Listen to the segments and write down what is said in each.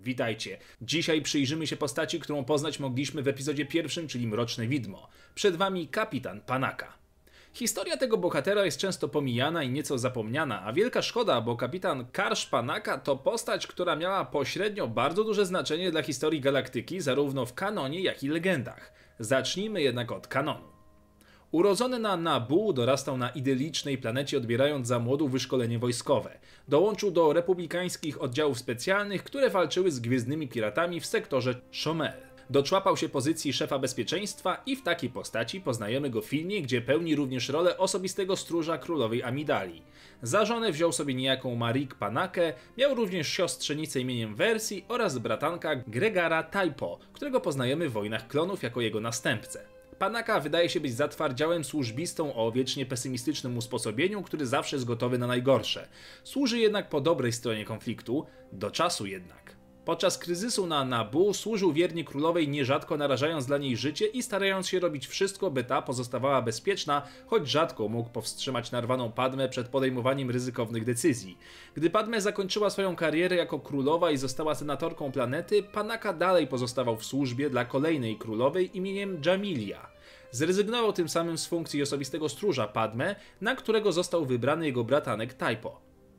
Witajcie. Dzisiaj przyjrzymy się postaci, którą poznać mogliśmy w epizodzie pierwszym, czyli Mroczne Widmo. Przed wami kapitan Panaka. Historia tego bohatera jest często pomijana i nieco zapomniana, a wielka szkoda, bo kapitan Karsh Panaka to postać, która miała pośrednio bardzo duże znaczenie dla historii galaktyki, zarówno w kanonie, jak i legendach. Zacznijmy jednak od kanonu. Urodzony na Naboo, dorastał na idylicznej planecie, odbierając za młodu wyszkolenie wojskowe. Dołączył do republikańskich oddziałów specjalnych, które walczyły z gwiezdnymi piratami w sektorze Shomel. Doczłapał się pozycji szefa bezpieczeństwa i w takiej postaci poznajemy go w filmie, gdzie pełni również rolę osobistego stróża królowej Amidali. Za żonę wziął sobie niejaką Marique Panakę, miał również siostrzenicę imieniem Versi oraz bratanka Gregara Taipo, którego poznajemy w Wojnach Klonów jako jego następcę. Panaka wydaje się być zatwardziałym służbistą o wiecznie pesymistycznym usposobieniu, który zawsze jest gotowy na najgorsze. Służy jednak po dobrej stronie konfliktu, do czasu jednak. Podczas kryzysu na Naboo służył wiernie królowej, nierzadko narażając dla niej życie i starając się robić wszystko, by ta pozostawała bezpieczna, choć rzadko mógł powstrzymać narwaną Padmę przed podejmowaniem ryzykownych decyzji. Gdy Padmę zakończyła swoją karierę jako królowa i została senatorką planety, Panaka dalej pozostawał w służbie dla kolejnej królowej imieniem Jamilia. Zrezygnował tym samym z funkcji osobistego stróża Padmę, na którego został wybrany jego bratanek Taipo.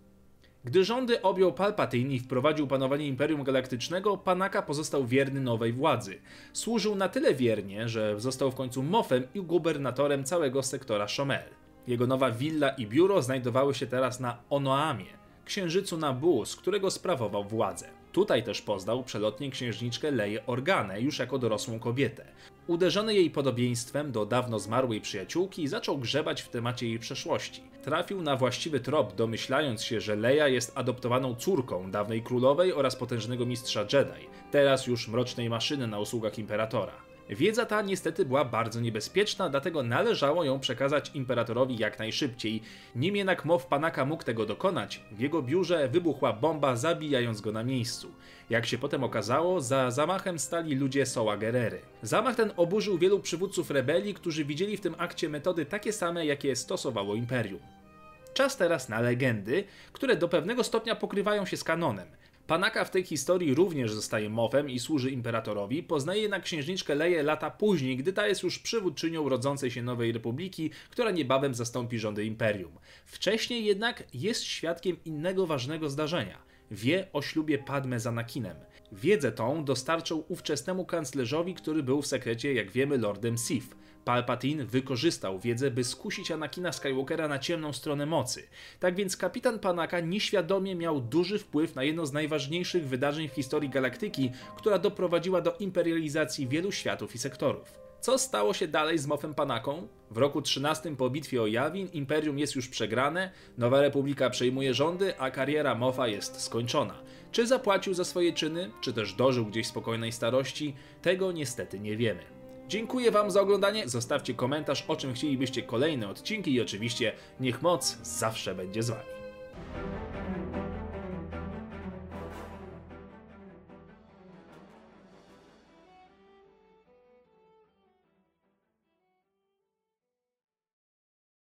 Gdy rządy objął Palpatine i wprowadził panowanie Imperium Galaktycznego, Panaka pozostał wierny nowej władzy. Służył na tyle wiernie, że został w końcu Moffem i gubernatorem całego sektora Shomel. Jego nowa willa i biuro znajdowały się teraz na Onoamie, księżycu Naboo, z którego sprawował władzę. Tutaj też poznał przelotnie księżniczkę Leję Organę, już jako dorosłą kobietę. Uderzony jej podobieństwem do dawno zmarłej przyjaciółki, zaczął grzebać w temacie jej przeszłości. Trafił na właściwy trop, domyślając się, że Leia jest adoptowaną córką dawnej królowej oraz potężnego mistrza Jedi, teraz już mrocznej maszyny na usługach Imperatora. Wiedza ta niestety była bardzo niebezpieczna, dlatego należało ją przekazać Imperatorowi jak najszybciej. Nim jednak Moff Panaka mógł tego dokonać, w jego biurze wybuchła bomba, zabijając go na miejscu. Jak się potem okazało, za zamachem stali ludzie Saw Gerrery. Zamach ten oburzył wielu przywódców rebelii, którzy widzieli w tym akcie metody takie same, jakie stosowało Imperium. Czas teraz na legendy, które do pewnego stopnia pokrywają się z kanonem. Panaka w tej historii również zostaje Moffem i służy Imperatorowi, poznaje jednak księżniczkę Leję lata później, gdy ta jest już przywódczynią rodzącej się Nowej Republiki, która niebawem zastąpi rządy Imperium. Wcześniej jednak jest świadkiem innego ważnego zdarzenia. Wie o ślubie Padme z Anakinem. Wiedzę tą dostarczył ówczesnemu kanclerzowi, który był w sekrecie, jak wiemy, Lordem Sith. Palpatine wykorzystał wiedzę, by skusić Anakina Skywalkera na ciemną stronę mocy. Tak więc kapitan Panaka nieświadomie miał duży wpływ na jedno z najważniejszych wydarzeń w historii galaktyki, która doprowadziła do imperializacji wielu światów i sektorów. Co stało się dalej z Moffem Panaką? W roku 13 po bitwie o Yavin Imperium jest już przegrane, Nowa Republika przejmuje rządy, a kariera Moffa jest skończona. Czy zapłacił za swoje czyny, czy też dożył gdzieś spokojnej starości? Tego niestety nie wiemy. Dziękuję wam za oglądanie, zostawcie komentarz, o czym chcielibyście kolejne odcinki i oczywiście niech moc zawsze będzie z wami.